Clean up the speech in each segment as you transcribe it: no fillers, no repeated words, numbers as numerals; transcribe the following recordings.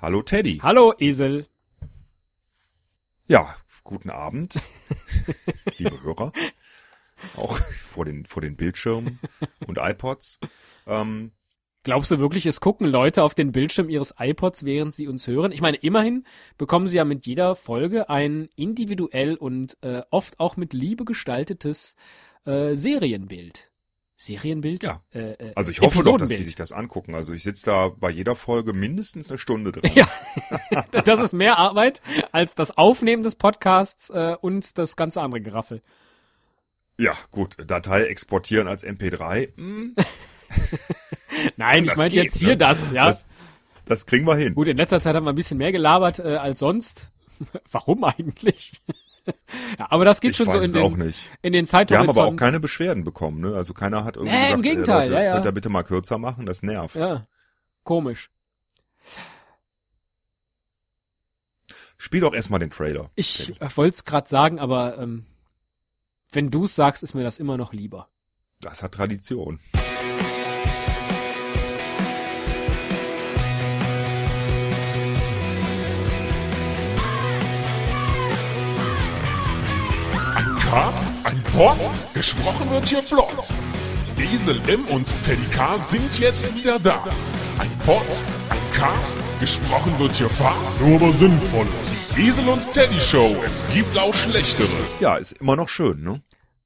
Hallo Teddy. Hallo Esel. Ja, guten Abend, liebe Hörer. Auch vor den Bildschirmen und iPods. Glaubst du wirklich, es gucken Leute auf den Bildschirm ihres iPods, während sie uns hören? Ich meine, immerhin bekommen sie ja mit jeder Folge ein individuell und oft auch mit Liebe gestaltetes Serienbild. Serienbild? Ja, also ich hoffe doch, dass die sich das angucken. Also ich sitze da bei jeder Folge mindestens eine Stunde dran. Ja, das ist mehr Arbeit als das Aufnehmen des Podcasts und das ganze andere Geraffel. Ja, gut, Datei exportieren als MP3. Nein, ich meinte jetzt hier das, ja. Das kriegen wir hin. Gut, in letzter Zeit haben wir ein bisschen mehr gelabert als sonst. Warum eigentlich? Ja, aber das geht schon so in den Zeithorizont. Wir haben aber auch keine Beschwerden bekommen, ne? Also keiner hat irgendwie gesagt, im Gegenteil, Leute, ja. könnt ihr bitte mal kürzer machen, das nervt. Ja, komisch. Spiel doch erstmal den Trailer. Ich wollte es gerade sagen, aber wenn du es sagst, ist mir das immer noch lieber. Das hat Tradition. Cast, ein Pod, gesprochen wird hier flott. Esel M und Teddy K sind jetzt wieder da. Ein Pod, ein Cast, gesprochen wird hier fast, nur aber sinnvoll. Die Esel und Teddy Show, es gibt auch schlechtere. Ja, ist immer noch schön, ne?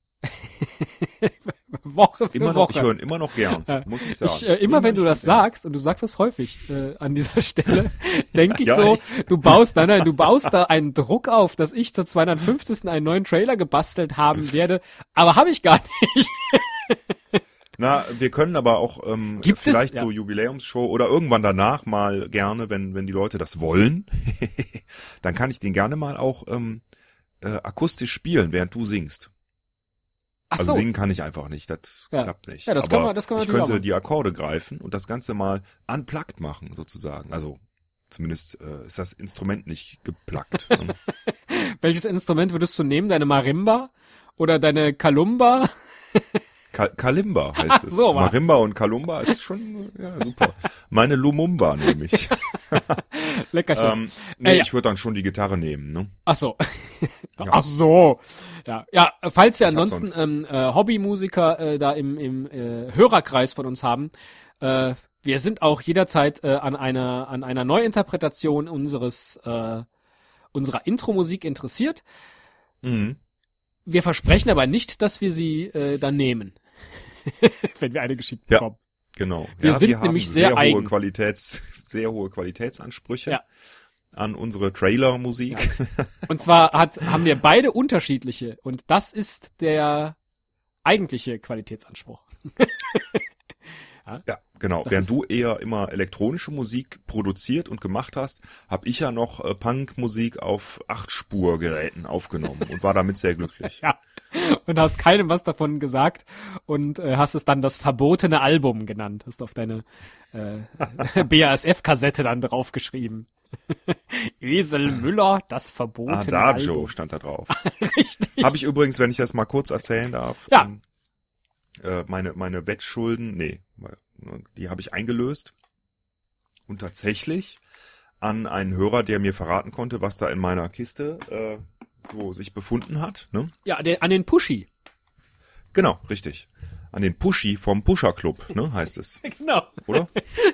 Woche für immer Woche. Ich höre immer noch gern, muss ich sagen. Immer wenn du das sagst, und du sagst das häufig an dieser Stelle, denke ich ja, so, echt? du baust da einen Druck auf, dass ich zur 250. einen neuen Trailer gebastelt haben werde, aber habe ich gar nicht. Na, wir können aber auch vielleicht so Ja. Jubiläumsshow oder irgendwann danach mal gerne, wenn die Leute das wollen, dann kann ich den gerne mal auch akustisch spielen, während du singst. Ach Also so. singen kann ich einfach nicht, das klappt nicht. Ja, das aber kann man ich natürlich könnte auch machen. die Akkorde greifen und das Ganze mal unplugged machen, sozusagen. Also zumindest ist das Instrument nicht gepluggt. Ne? Welches Instrument würdest du nehmen? Deine Marimba oder deine Kalumba? Kalimba heißt es. So was. Marimba und Kalumba ist schon super. Meine Lumumba nehme ich. Leckerchen. Nee, ja. ich würde dann schon die Gitarre nehmen, ne? Ach so. Ja. Ach so. Ja, falls wir Ich hab ansonsten Hobbymusiker da im Hörerkreis von uns haben, wir sind auch jederzeit an einer Neuinterpretation unserer Intro-Musik interessiert. Mhm. Wir versprechen aber nicht, dass wir sie dann nehmen, wenn wir eine geschickt Ja. bekommen. Genau. Wir sind haben nämlich sehr eigen. Sehr hohe Qualitätsansprüche Ja. an unsere Trailer-Musik. Ja. Und zwar haben wir beide unterschiedliche und das ist der eigentliche Qualitätsanspruch. Ja, genau. Das Während ist- du eher immer elektronische Musik produziert und gemacht hast, habe ich ja noch Punkmusik auf 8-Spur-Geräten aufgenommen und war damit sehr glücklich. Ja. Und hast keinem was davon gesagt und hast es dann das verbotene Album genannt. Hast auf deine BASF-Kassette dann draufgeschrieben. Esel Müller, das verbotene Adagio Album. stand da drauf. Richtig. Habe ich übrigens, wenn ich das mal kurz erzählen darf, Ja. Meine Wettschulden, die habe ich eingelöst und tatsächlich an einen Hörer, der mir verraten konnte, was da in meiner Kiste so sich befunden hat. Ne? Ja, an den Pushy. Genau, richtig. An den Pushy vom Pusher Club, ne, heißt es, Genau. oder?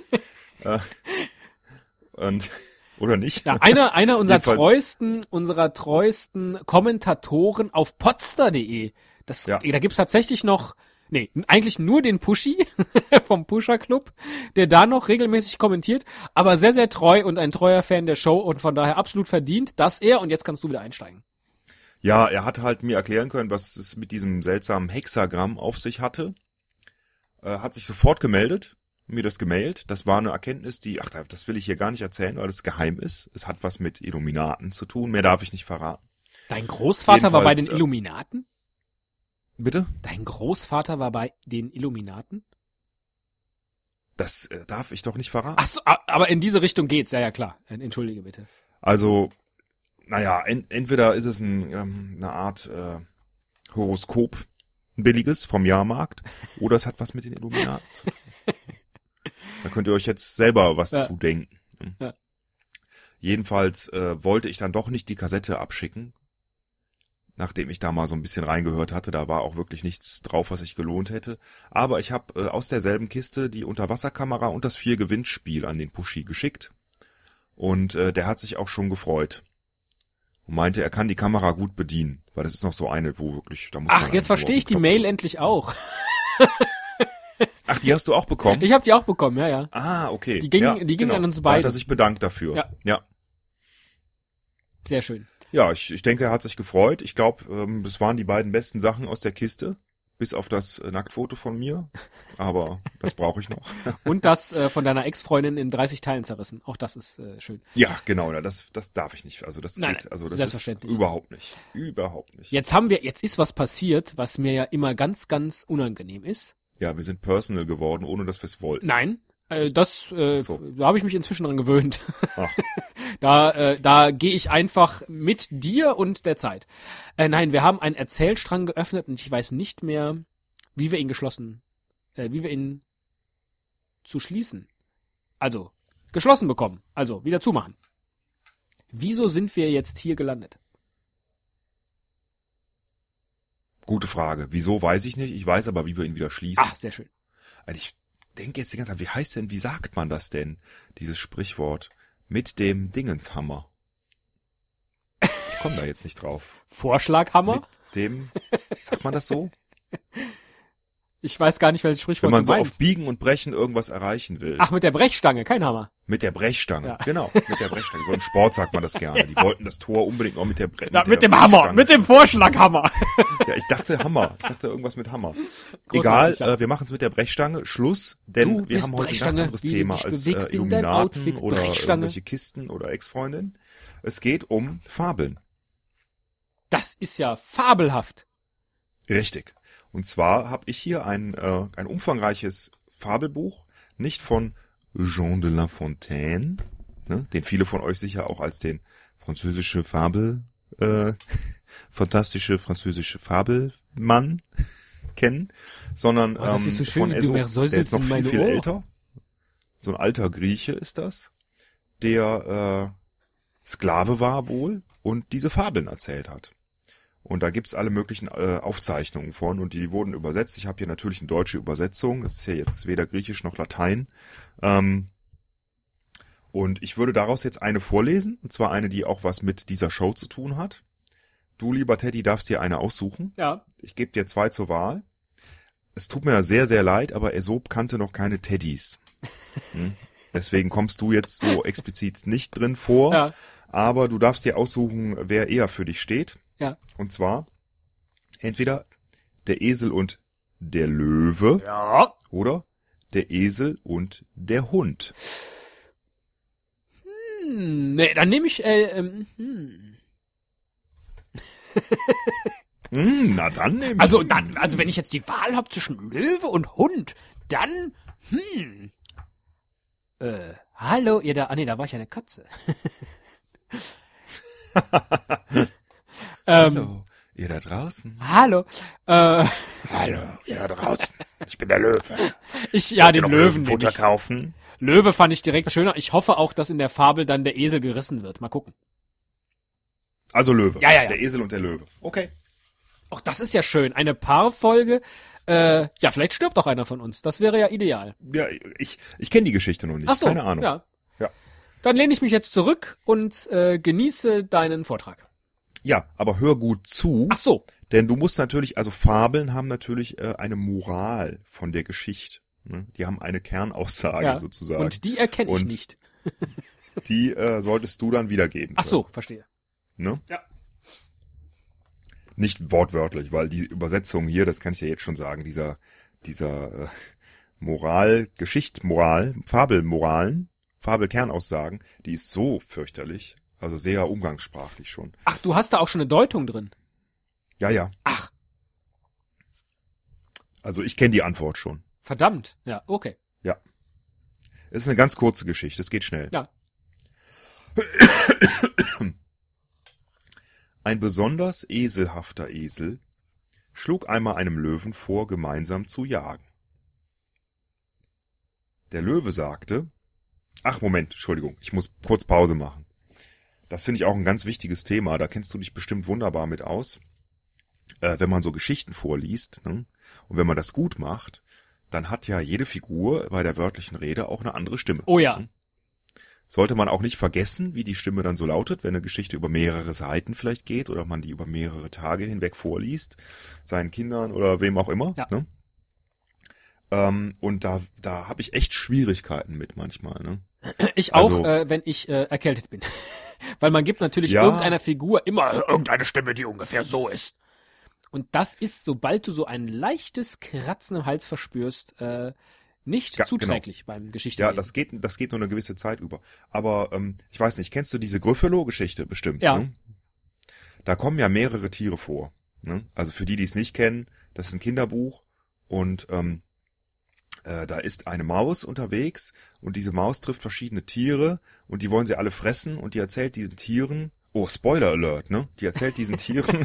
Oder nicht? Ja, einer Jedenfalls- unserer treuesten Kommentatoren auf potster.de. Ja. Da gibt's tatsächlich noch, eigentlich nur den Pushy vom Pusher Club, der da noch regelmäßig kommentiert, aber sehr, sehr treu und ein treuer Fan der Show und von daher absolut verdient, dass und jetzt kannst du wieder einsteigen. Ja, er hat halt mir erklären können, was es mit diesem seltsamen Hexagramm auf sich hatte. Hat sich sofort gemeldet, mir das gemailt. Das war eine Erkenntnis, das will ich hier gar nicht erzählen, weil es geheim ist. Es hat was mit Illuminaten zu tun. Mehr darf ich nicht verraten. Dein Großvater war bei den Jedenfalls, Illuminaten? Bitte? Dein Großvater war bei den Illuminaten? Das darf ich doch nicht verraten. Ach so, aber in diese Richtung geht's, ja klar. Entschuldige bitte. Also, naja, entweder ist es eine Art Horoskop, ein billiges vom Jahrmarkt, oder es hat was mit den Illuminaten zu tun. Da könnt ihr euch jetzt selber was zu denken. Ja. Jedenfalls wollte ich dann doch nicht die Kassette abschicken, nachdem ich da mal so ein bisschen reingehört hatte. Da war auch wirklich nichts drauf, was sich gelohnt hätte. Aber ich habe aus derselben Kiste die Unterwasserkamera und das 4-Gewinnspiel an den Puschi geschickt. Und der hat sich auch schon gefreut. Und meinte, er kann die Kamera gut bedienen. Weil das ist noch so eine, wo wirklich... Da muss man Ach, jetzt verstehe ich die Mail endlich auch. Ach, die hast du auch bekommen? Ich habe die auch bekommen, ja. Ah, okay. Die ging an uns Da beide. hat er sich bedankt dafür. Ja. Sehr schön. Ja, ich denke, er hat sich gefreut. Ich glaube, das waren die beiden besten Sachen aus der Kiste. Bis auf das Nacktfoto von mir. Aber das brauche ich noch. Und das von deiner Ex-Freundin in 30 Teilen zerrissen. Auch das ist schön. Ja, genau. Das darf ich nicht. Also das Nein, geht. Also das selbstverständlich. ist überhaupt nicht. Überhaupt nicht. Jetzt ist was passiert, was mir ja immer ganz, ganz unangenehm ist. Ja, wir sind personal geworden, ohne dass wir es wollten. Nein, So. da habe ich mich inzwischen dran gewöhnt. Ach. Da gehe ich einfach mit dir und der Zeit. Nein, wir haben einen Erzählstrang geöffnet und ich weiß nicht mehr, wie wir ihn zu schließen. Also, geschlossen bekommen. Also, wieder zumachen. Wieso sind wir jetzt hier gelandet? Gute Frage. Wieso, weiß ich nicht. Ich weiß aber, wie wir ihn wieder schließen. Ah, sehr schön. Also ich denke jetzt die ganze Zeit, wie sagt man das denn, dieses Sprichwort? Mit dem Dingenshammer. Ich komme da jetzt nicht drauf. Vorschlaghammer? Mit dem, sagt man das so? Ich weiß gar nicht, welches Sprichwort Wenn man du so meinst. auf Biegen und Brechen irgendwas erreichen will. Ach, mit der Brechstange, kein Hammer. Mit der Brechstange, Ja. genau, mit der Brechstange. So im Sport sagt man das gerne. Die wollten das Tor unbedingt noch mit der Ja, mit dem Hammer, mit dem Vorschlaghammer. Ja, ich dachte Hammer. Ich dachte irgendwas mit Hammer. Großartig, Egal, ja. wir machen es mit der Brechstange. Schluss, denn Du wir bist haben heute ein ganz Brechstange, anderes wie du Thema dich als bewegst in dein Illuminaten Outfit, oder Brechstange. irgendwelche Kisten oder Ex-Freundin. Es geht um Fabeln. Das ist ja fabelhaft. Richtig. Und zwar habe ich hier ein umfangreiches Fabelbuch, nicht von Jean de La Fontaine, ne, den viele von euch sicher auch als den französische fantastische französische Fabelmann kennen, sondern das ist so schön, von wie du Aesop, mir säuselst der ist noch in viel, meine viel Ohren. älter. So ein alter Grieche ist das, der Sklave war wohl und diese Fabeln erzählt hat. Und da gibt's alle möglichen Aufzeichnungen von und die wurden übersetzt. Ich habe hier natürlich eine deutsche Übersetzung. Das ist ja jetzt weder Griechisch noch Latein. Und ich würde daraus jetzt eine vorlesen. Und zwar eine, die auch was mit dieser Show zu tun hat. Du, lieber Teddy, darfst dir eine aussuchen. Ja. Ich gebe dir 2 zur Wahl. Es tut mir sehr, sehr leid, aber Aesop kannte noch keine Teddys. Deswegen kommst du jetzt so explizit nicht drin vor. Ja. Aber du darfst dir aussuchen, wer eher für dich steht. Ja. Und zwar entweder der Esel und der Löwe Ja. oder der Esel und der Hund. Nee, dann nehme ich, Na dann nehmen wir. also wenn ich jetzt die Wahl habe zwischen Löwe und Hund, dann, hallo, ihr da, da war ich eine Katze. Hallo, ihr da draußen. Hallo, Hallo, ihr da draußen. Ich bin der Löwe. den Wollt ihr noch Löwen nehme Löwenfutter ich. kaufen? Löwe fand ich direkt schöner. Ich hoffe auch, dass in der Fabel dann der Esel gerissen wird. Mal gucken. Also Löwe. Ja. Der Esel und der Löwe. Okay. Ach, das ist ja schön. Eine Paarfolge. Ja, vielleicht stirbt auch einer von uns. Das wäre ja ideal. Ja, ich kenne die Geschichte noch nicht. Ach so, Keine Ahnung. Ja. Ja. Dann lehne ich mich jetzt zurück und genieße deinen Vortrag. Ja, aber hör gut zu. Ach so. Denn du musst natürlich, also Fabeln haben natürlich eine Moral von der Geschichte. Ne? Die haben eine Kernaussage Ja. sozusagen. Und die erkenne ich Und nicht. Die solltest du dann wiedergeben. Ach so, verstehe. Ne? Ja. Nicht wortwörtlich, weil die Übersetzung hier, das kann ich ja jetzt schon sagen, dieser Fabelmoralen, Fabelkernaussagen, die ist so fürchterlich, also sehr umgangssprachlich schon. Ach, du hast da auch schon eine Deutung drin. Ja. Ach, Also ich kenne die Antwort schon. verdammt. Ja, okay. Ja. Es ist eine ganz kurze Geschichte, es geht schnell. Ja. Ein besonders eselhafter Esel schlug einmal einem Löwen vor, gemeinsam zu jagen. Der Löwe sagte, ach Moment, Entschuldigung, ich muss kurz Pause machen. Das finde ich auch ein ganz wichtiges Thema. Da kennst du dich bestimmt wunderbar mit aus. Wenn man so Geschichten vorliest, ne? Und wenn man das gut macht, dann hat ja jede Figur bei der wörtlichen Rede auch eine andere Stimme. Oh ja. Sollte man auch nicht vergessen, wie die Stimme dann so lautet, wenn eine Geschichte über mehrere Seiten vielleicht geht oder man die über mehrere Tage hinweg vorliest, seinen Kindern oder wem auch immer. Ja. Ne? Und da habe ich echt Schwierigkeiten mit manchmal. Ne? Ich auch, Also- wenn ich erkältet bin. Weil man gibt natürlich Ja. irgendeiner Figur immer irgendeine Stimme, die ungefähr so ist. Und das ist, sobald du so ein leichtes Kratzen im Hals verspürst, nicht Ja, zuträglich beim Geschichten. Ja, das geht nur eine gewisse Zeit über. Aber ich weiß nicht, kennst du diese Gryffalo-Geschichte bestimmt? Ja. Ne? Da kommen ja mehrere Tiere vor. Ne? Also für die es nicht kennen, das ist ein Kinderbuch und da ist eine Maus unterwegs und diese Maus trifft verschiedene Tiere und die wollen sie alle fressen und die erzählt diesen Tieren, oh, Spoiler Alert, ne? Die erzählt diesen Tieren,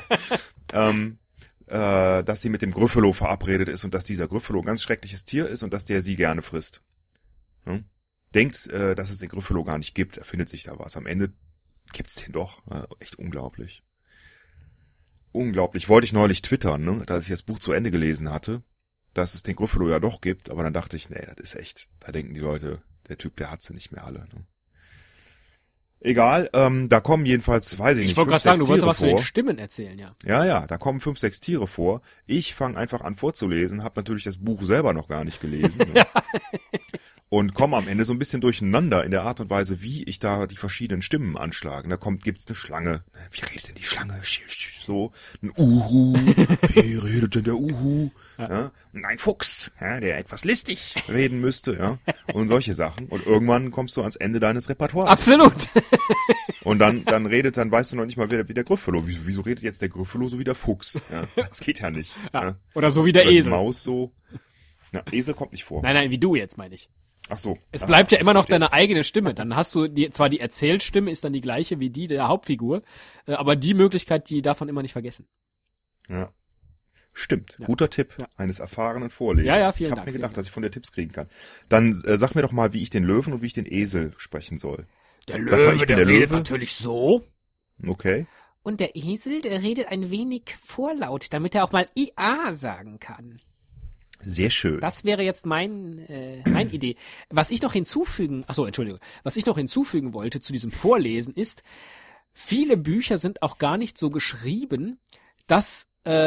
dass sie mit dem Gryffalo verabredet ist und dass dieser Gryffalo ein ganz schreckliches Tier ist und dass der sie gerne frisst. Ne? Denkt, dass es den Gryffalo gar nicht gibt, erfindet sich da was. Am Ende gibt's den doch. Echt unglaublich. Unglaublich. Wollte ich neulich twittern, ne? Dass ich das Buch zu Ende gelesen hatte, dass es den Gryffalo ja doch gibt, aber dann dachte ich, nee, das ist echt, da denken die Leute, der Typ, der hat sie nicht mehr alle. Ne? Egal, da kommen jedenfalls, weiß ich nicht, Ich wollte gerade 5, 6 sagen, du wolltest Tiere was zu den vor. Stimmen erzählen, ja. Ja, da kommen 5, 6 Tiere vor. Ich fange einfach an vorzulesen, habe natürlich das Buch selber noch gar nicht gelesen. Ne? Und komme am Ende so ein bisschen durcheinander in der Art und Weise, wie ich da die verschiedenen Stimmen anschlage. Da gibt's eine Schlange. Wie redet denn die Schlange? So, ein Uhu. Wie redet denn der Uhu? Ja. Und ein Fuchs, ja, der etwas listig reden müsste, ja. Und solche Sachen. Und irgendwann kommst du ans Ende deines Repertoires. Absolut. Und dann weißt du noch nicht mal, wie der Gryffalo. Wieso redet jetzt der Gryffalo so wie der Fuchs? Ja, das geht ja nicht. Ja. Oder so wie der Oder die Esel. Maus so. Na, Esel kommt nicht vor. Nein, wie du jetzt, meine ich. Ach so. Es bleibt ja immer noch verstehe. deine eigene Stimme. Dann hast du zwar die Erzählstimme ist dann die gleiche wie die der Hauptfigur, aber die Möglichkeit, die darf man immer nicht vergessen. Ja. Stimmt. Ja. Guter Tipp Ja. eines erfahrenen Vorlesers. Ja, vielen ich habe Dank, mir vielen gedacht, dass ich von dir Tipps kriegen kann. Dann sag mir doch mal, wie ich den Löwen und wie ich den Esel sprechen soll. Der Sag mal, ich bin der redet Löwe. natürlich so. Okay. Und der Esel, der redet ein wenig vorlaut, damit er auch mal IA sagen kann. Sehr schön. Das wäre jetzt meine Idee. Was ich noch hinzufügen wollte zu diesem Vorlesen ist, viele Bücher sind auch gar nicht so geschrieben, dass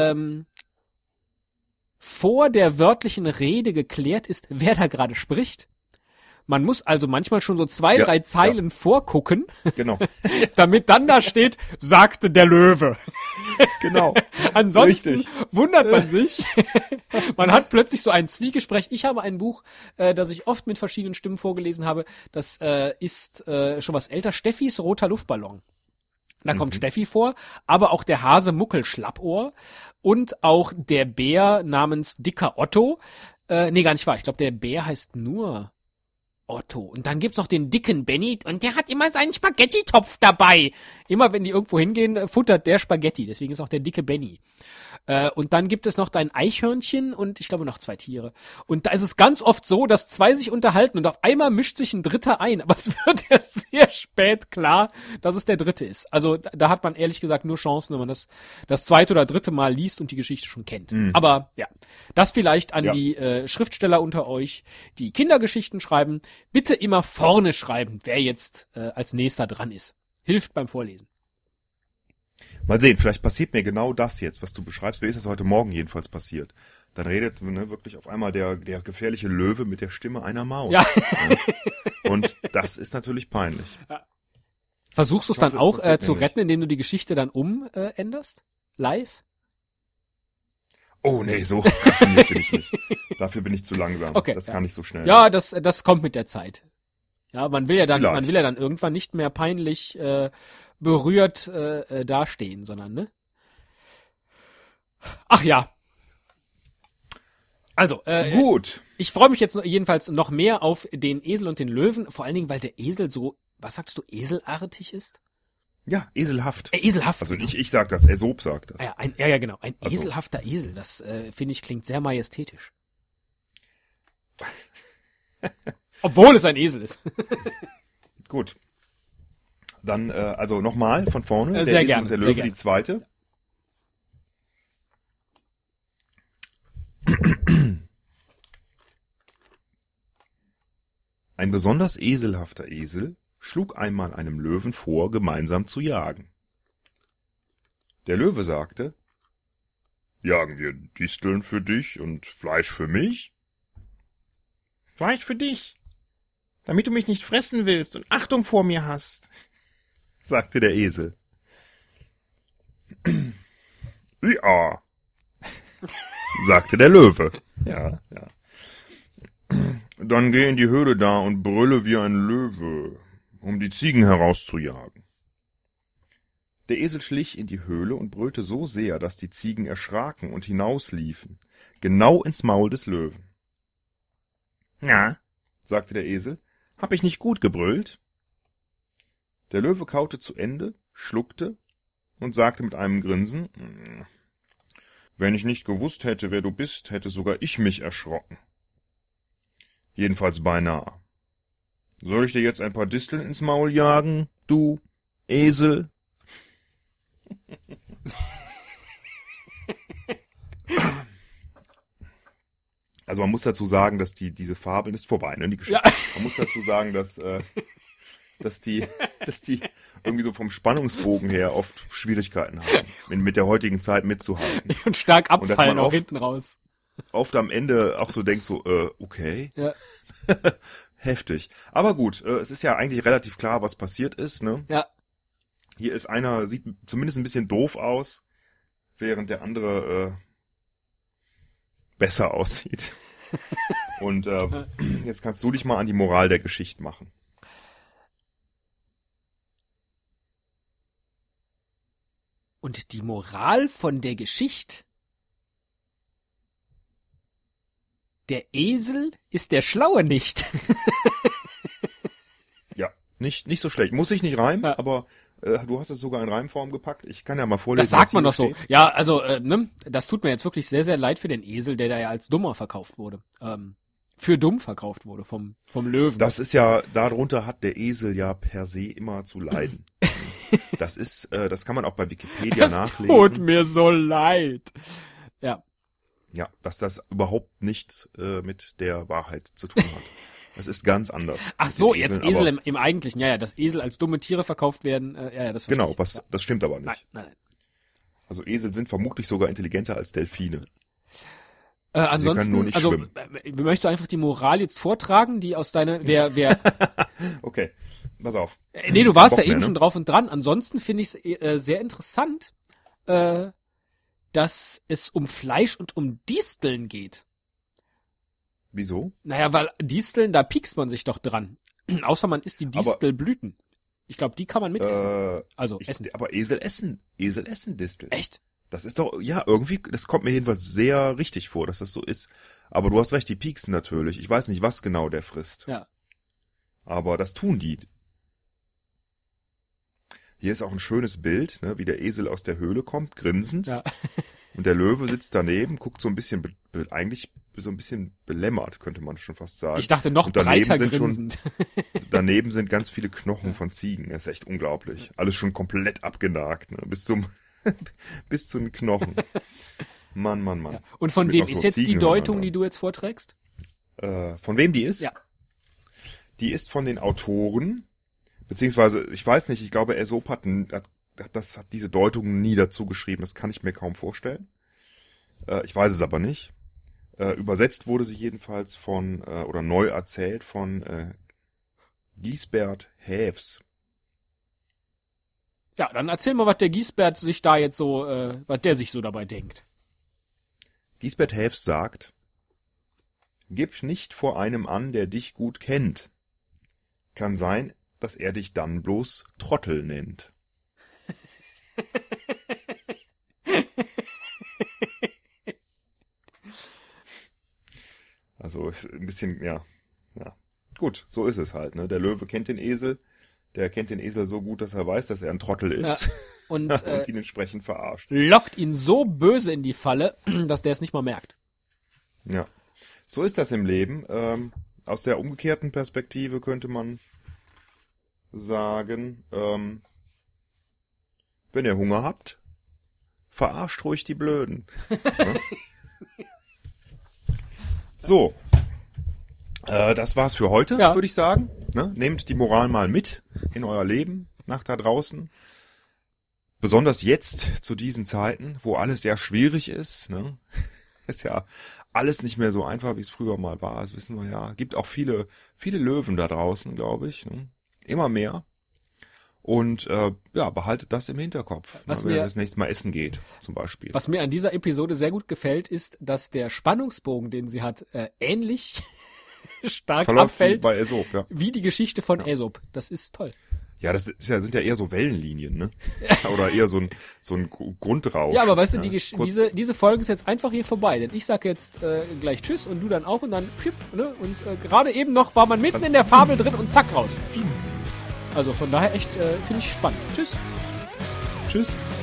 vor der wörtlichen Rede geklärt ist, wer da gerade spricht. Man muss also manchmal schon so 2, 3 Zeilen vorgucken, Genau. damit dann da steht, sagte der Löwe. Genau. Ansonsten Richtig. wundert man sich. Man hat plötzlich so ein Zwiegespräch. Ich habe ein Buch, das ich oft mit verschiedenen Stimmen vorgelesen habe. Das ist schon was älter. Steffis roter Luftballon. Da kommt Steffi vor, aber auch der Hase Muckel Schlappohr und auch der Bär namens Dicker Otto. Nee, gar nicht wahr. Ich glaube, der Bär heißt nur Otto. Und dann gibt's noch den dicken Benny und der hat immer seinen Spaghetti-Topf dabei. Immer wenn die irgendwo hingehen, futtert der Spaghetti. Deswegen ist auch der dicke Benny. Und dann gibt es noch dein Eichhörnchen und ich glaube noch 2 Tiere. Und da ist es ganz oft so, dass 2 sich unterhalten und auf einmal mischt sich ein Dritter ein. Aber es wird erst sehr spät klar, dass es der Dritte ist. Also da hat man ehrlich gesagt nur Chancen, wenn man das 2. oder 3. Mal liest und die Geschichte schon kennt. Aber ja, das vielleicht an die Schriftsteller unter euch, die Kindergeschichten schreiben. Bitte immer vorne schreiben, wer jetzt als nächster dran ist. Hilft beim Vorlesen. Mal sehen, vielleicht passiert mir genau das jetzt, was du beschreibst. Mir ist das heute Morgen jedenfalls passiert. Dann redet wirklich auf einmal der gefährliche Löwe mit der Stimme einer Maus. Ja. Und das ist natürlich peinlich. Versuchst du es Ich dann hoffe, auch es passiert zu mir retten, indem du die Geschichte dann umänderst? Live? Oh nee, so raffiniert bin ich nicht. Dafür bin ich zu langsam. Okay, das ja. kann nicht so schnell. Ja, das kommt mit der Zeit. Ja, man will ja dann Vielleicht. irgendwann nicht mehr peinlich berührt dastehen, sondern, ne? Ach ja. Also, Gut. ich freue mich jetzt jedenfalls noch mehr auf den Esel und den Löwen, vor allen Dingen, weil der Esel so, was sagst du, eselartig ist? Ja, eselhaft. Eselhaft. Also genau. ich sag das, Aesop sagt das. Ja, genau. Ein Also- eselhafter Esel, das finde ich klingt sehr majestätisch. Obwohl es ein Esel ist. Gut. dann, also nochmal von vorne. Der Sehr Esel gerne, und der sehr Löwe, gerne. die zweite. Ein besonders eselhafter Esel schlug einmal einem Löwen vor, gemeinsam zu jagen. Der Löwe sagte: Jagen wir Disteln für dich und Fleisch für mich? Fleisch für dich, damit du mich nicht fressen willst und Achtung vor mir hast, sagte der Esel. Ja, sagte der Löwe. Ja. Dann geh in die Höhle da und brülle wie ein Löwe, um die Ziegen herauszujagen. Der Esel schlich in die Höhle und brüllte so sehr, dass die Ziegen erschraken und hinausliefen, genau ins Maul des Löwen. Na, sagte der Esel, hab ich nicht gut gebrüllt? Der Löwe kaute zu Ende, schluckte und sagte mit einem Grinsen: Wenn ich nicht gewusst hätte, wer du bist, hätte sogar ich mich erschrocken. Jedenfalls beinahe. Soll ich dir jetzt ein paar Disteln ins Maul jagen, du Esel? Also man muss dazu sagen, dass diese Fabeln ist vorbei, ne, die Geschichte. Ja. Man muss dazu sagen, dass die irgendwie so vom Spannungsbogen her oft Schwierigkeiten haben, mit der heutigen Zeit mitzuhalten. Und stark Und dass abfallen man auch oft- hinten raus. Oft am Ende auch so denkt so, okay, Ja. heftig. Aber gut, es ist ja eigentlich relativ klar, was passiert ist, ne? Ja. Hier ist einer, sieht zumindest ein bisschen doof aus, während der andere besser aussieht. Und jetzt kannst du dich mal an die Moral der Geschichte machen. Und die Moral von der Geschichte: Der Esel ist der Schlaue nicht. Ja, nicht so schlecht. Muss ich nicht reimen, Ja. aber du hast es sogar in Reimform gepackt. Ich kann ja mal vorlesen. Das sagt was man hier doch so. steht. Ja, also, ne, das tut mir jetzt wirklich sehr, sehr leid für den Esel, der da ja als Dummer verkauft wurde. Für dumm verkauft wurde vom Löwen. Das ist ja, darunter hat der Esel ja per se immer zu leiden. Das ist, das kann man auch bei Wikipedia das tut nachlesen. mir so leid. Ja. Ja, dass das überhaupt nichts mit der Wahrheit zu tun hat. Das ist ganz anders. Ach Mit so, den jetzt Eseln, Esel aber- im Eigentlichen. Ja, dass Esel als dumme Tiere verkauft werden. Ja, das verstehe Genau, ich. was, Ja. das stimmt aber nicht. Nein. Also Esel sind vermutlich sogar intelligenter als Delfine. Ansonsten, können nur nicht also, schwimmen. möchtest du einfach die Moral jetzt vortragen, die aus deiner, wer, Okay, pass auf. nee, du warst Bock ja eben mehr, ne? schon drauf und dran. Ansonsten finde ich es sehr interessant, dass es um Fleisch und um Disteln geht. Wieso? Naja, weil Disteln, da piekst man sich doch dran. Außer man isst die Aber- Distelblüten. Ich glaube, die kann man mitessen. Also essen. Aber Esel essen Disteln. Echt? Das ist doch, ja, irgendwie, das kommt mir jedenfalls sehr richtig vor, dass das so ist. Aber du hast recht, die pieksen natürlich. Ich weiß nicht, was genau der frisst. Ja. Aber das tun die. Hier ist auch ein schönes Bild, ne, wie der Esel aus der Höhle kommt, grinsend. Ja. Und der Löwe sitzt daneben, guckt so ein bisschen, eigentlich so ein bisschen belämmert, könnte man schon fast sagen. Ich dachte noch Und daneben breiter sind schon- grinsend. Daneben sind ganz viele Knochen von Ziegen. Das ist echt unglaublich. Alles schon komplett abgenagt, ne? Bis zu den Knochen. Mann. Ja. Und von Wird wem noch so ist jetzt die Ziegen Deutung, hören, die du jetzt vorträgst? Von wem die ist? Ja. Die ist von den Autoren, beziehungsweise, ich weiß nicht, ich glaube, Aesop hat diese Deutung nie dazu geschrieben. Das kann ich mir kaum vorstellen. Ich weiß es aber nicht. Übersetzt wurde sie jedenfalls oder neu erzählt von Giesbert Haefs. Ja, dann erzähl mal, was der Giesbert sich da jetzt so, was der sich so dabei denkt. Giesbert Haefs sagt: Gib nicht vor einem an, der dich gut kennt. Kann sein, dass er dich dann bloß Trottel nennt. Also ein bisschen, ja. Gut, so ist es halt, ne? Der Löwe kennt den Esel, der kennt den Esel so gut, dass er weiß, dass er ein Trottel ist Und und ihn entsprechend verarscht. lockt ihn so böse in die Falle, dass der es nicht mal merkt. Ja. So ist das im Leben. Aus der umgekehrten Perspektive könnte man sagen, wenn ihr Hunger habt, verarscht ruhig die Blöden. Ne? So. Das war's für heute, würde ich sagen. Ne? Nehmt die Moral mal mit in euer Leben, nach da draußen. Besonders jetzt, zu diesen Zeiten, wo alles sehr schwierig ist. Ne? Ist ja alles nicht mehr so einfach, wie es früher mal war. Das wissen wir ja. Gibt auch viele Löwen da draußen, glaube ich. Ne? Immer mehr. Und behaltet das im Hinterkopf, wenn ihr das nächste Mal essen geht, zum Beispiel. Was mir an dieser Episode sehr gut gefällt, ist, dass der Spannungsbogen, den sie hat, ähnlich stark Verläuft abfällt wie bei Aesop, wie die Geschichte von Aesop. Das ist toll. Ja, sind ja eher so Wellenlinien, ne? Oder eher so ein Grundrausch. Ja, aber weißt du, diese Folge ist jetzt einfach hier vorbei. Denn ich sag jetzt gleich Tschüss und du dann auch und dann ne? Und gerade eben noch war man mitten in der Fabel drin und zack raus. Also von daher echt finde ich spannend. Tschüss. Tschüss.